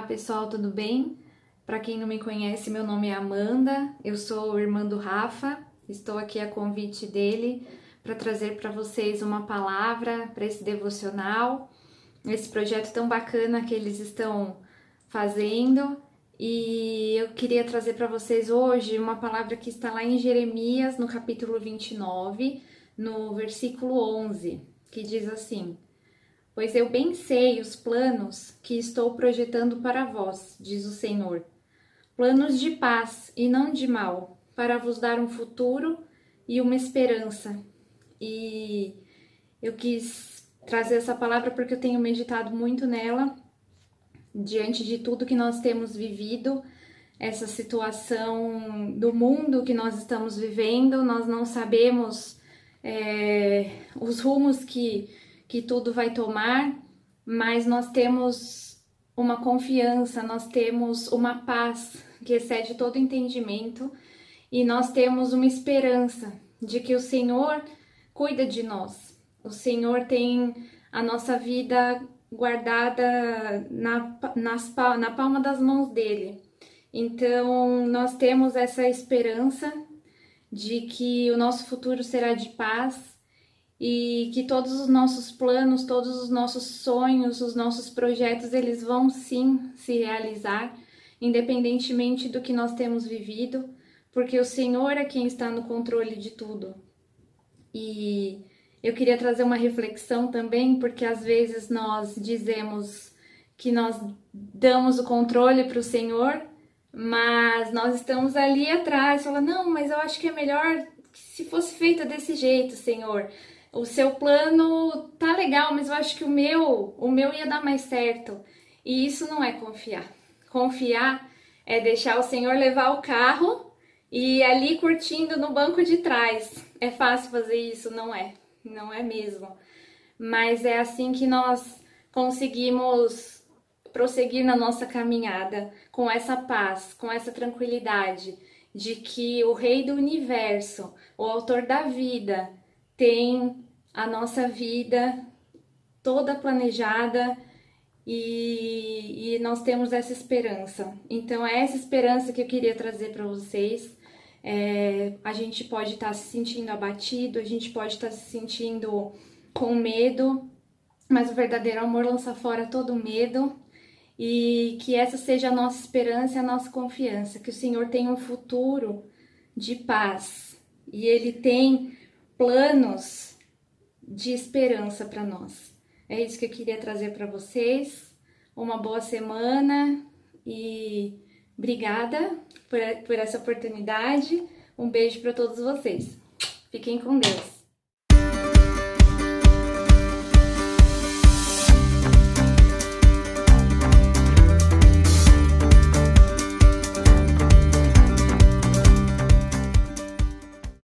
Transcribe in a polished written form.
pessoal, tudo bem? Para quem não me conhece, meu nome é Amanda, eu sou irmã do Rafa, estou aqui a convite dele para trazer para vocês uma palavra para esse devocional, esse projeto tão bacana que eles estão fazendo. E eu queria trazer para vocês hoje uma palavra que está lá em Jeremias, no capítulo 29, no versículo 11, que diz assim: Pois eu bem sei os planos que estou projetando para vós, diz o Senhor, planos de paz e não de mal, para vos dar um futuro e uma esperança. E eu quis trazer essa palavra porque eu tenho meditado muito nela, diante de tudo que nós temos vivido, essa situação do mundo que nós estamos vivendo. Nós não sabemos os rumos que tudo vai tomar, mas nós temos uma confiança, nós temos uma paz que excede todo entendimento e nós temos uma esperança de que o Senhor cuida de nós. O Senhor tem a nossa vida guardada na palma das mãos dele. Então, nós temos essa esperança de que o nosso futuro será de paz e que todos os nossos planos, todos os nossos sonhos, os nossos projetos, eles vão sim se realizar, independentemente do que nós temos vivido, porque o Senhor é quem está no controle de tudo. E eu queria trazer uma reflexão também, porque às vezes nós dizemos que nós damos o controle para o Senhor, mas nós estamos ali atrás, falando, não, mas eu acho que é melhor se fosse feito desse jeito, Senhor. O seu plano tá legal, mas eu acho que o meu ia dar mais certo. E isso não é confiar. Confiar é deixar o Senhor levar o carro e ir ali curtindo no banco de trás. É fácil fazer isso? Não é. Não é mesmo. Mas é assim que nós conseguimos prosseguir na nossa caminhada, com essa paz, com essa tranquilidade de que o Rei do Universo, o Autor da vida, tem a nossa vida toda planejada e nós temos essa esperança. Então é essa esperança que eu queria trazer para vocês. A gente pode estar se sentindo abatido, a gente pode estar se sentindo com medo, mas o verdadeiro amor lança fora todo medo. E que essa seja a nossa esperança e a nossa confiança, que o Senhor tem um futuro de paz e Ele tem planos de esperança para nós. É isso que eu queria trazer para vocês. Uma boa semana e obrigada por essa oportunidade. Um beijo para todos vocês. Fiquem com Deus.